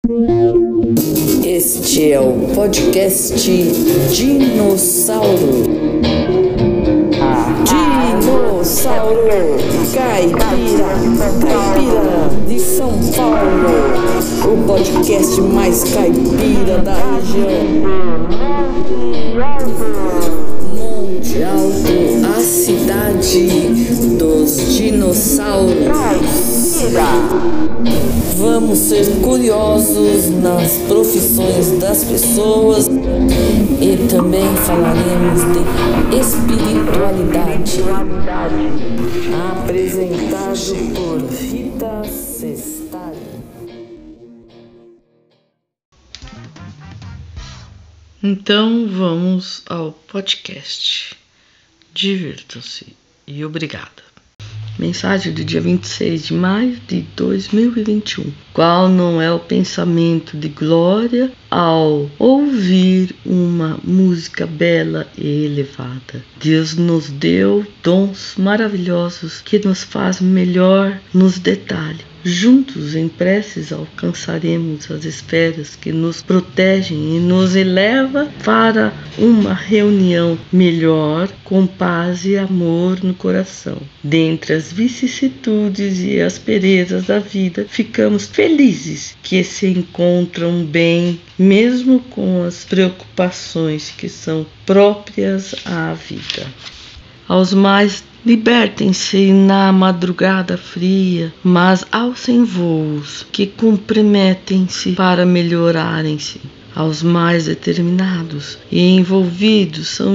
Este é o podcast Dinossauro. Dinossauro Caipira de São Paulo. O podcast mais caipira da região. Monte Alto, a cidade dos dinossauros. Vamos ser curiosos nas profissões das pessoas e também falaremos de espiritualidade. Apresentado por Rita Sestari. Então vamos ao podcast. Divirtam-se e obrigada. Mensagem do dia 26 de maio de 2021. Qual não é o pensamento de glória ao ouvir uma música bela e elevada? Deus nos deu dons maravilhosos que nos faz melhor nos detalhes. Juntos em preces alcançaremos as esferas que nos protegem e nos eleva para uma reunião melhor, com paz e amor no coração. Dentre as vicissitudes e asperezas da vida, ficamos felizes que se encontram bem, mesmo com as preocupações que são próprias à vida. Aos mais, libertem-se na madrugada fria, mas aos sem voos, que comprometem-se para melhorarem-se. Aos mais determinados e envolvidos, são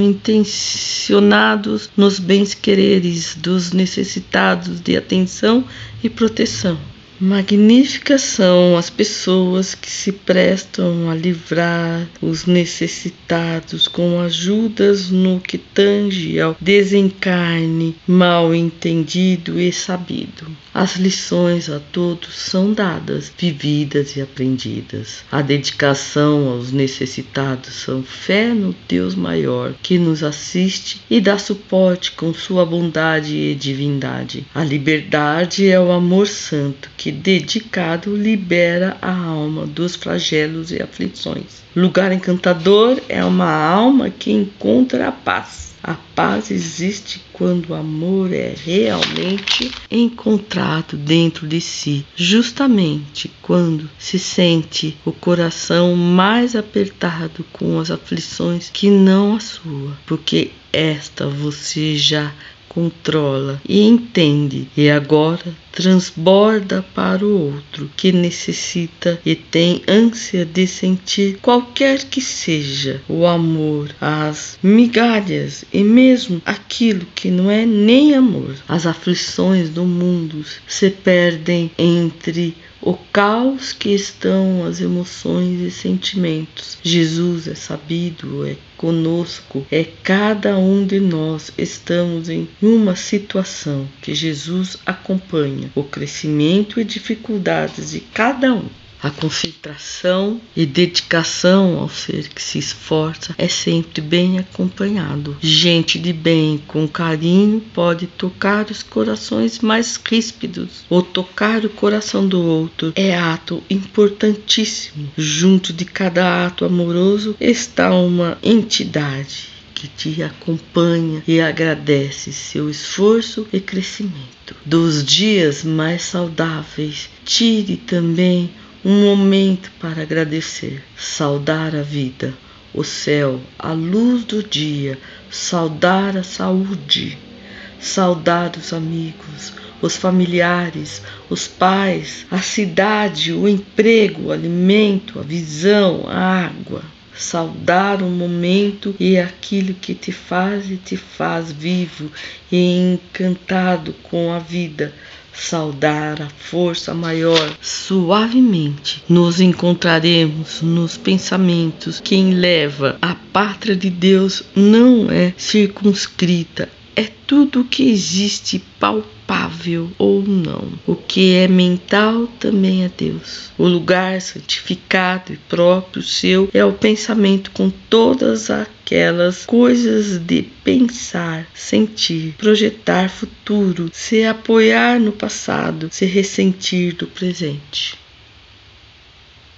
intencionados nos bens quereres dos necessitados de atenção e proteção. Magníficas são as pessoas que se prestam a livrar os necessitados com ajudas no que tange ao desencarne mal entendido e sabido. As lições a todos são dadas, vividas e aprendidas. A dedicação aos necessitados são fé no Deus maior que nos assiste e dá suporte com sua bondade e divindade. A liberdade é o amor santo que, dedicado, libera a alma dos flagelos e aflições. Lugar encantador é uma alma que encontra a paz. A paz existe quando o amor é realmente encontrado dentro de si, justamente quando se sente o coração mais apertado com as aflições que não a sua, porque esta você já controla e entende, e agora transborda para o outro que necessita e tem ânsia de sentir, qualquer que seja, o amor, as migalhas e mesmo aquilo que não é nem amor. As aflições do mundo se perdem entre o caos que estão as emoções e sentimentos. Jesus é sabido, é conosco, é cada um de nós. Estamos em uma situação que Jesus acompanha o crescimento e dificuldades de cada um. A concentração e dedicação ao ser que se esforça é sempre bem acompanhado. Gente de bem com carinho pode tocar os corações mais ríspidos, ou tocar o coração do outro é ato importantíssimo. Junto de cada ato amoroso está uma entidade que te acompanha e agradece seu esforço e crescimento. Dos dias mais saudáveis, tire também um momento para agradecer, saudar a vida, o céu, a luz do dia, saudar a saúde, saudar os amigos, os familiares, os pais, a cidade, o emprego, o alimento, a visão, a água. Saudar o momento e aquilo que te faz vivo e encantado com a vida. Saudar a força maior. Suavemente nos encontraremos nos pensamentos. Quem leva a pátria de Deus não é circunscrita, é tudo o que existe palpável ou não. O que é mental também é Deus. O lugar santificado e próprio seu é o pensamento, com todas aquelas coisas de pensar, sentir, projetar futuro, se apoiar no passado, se ressentir do presente.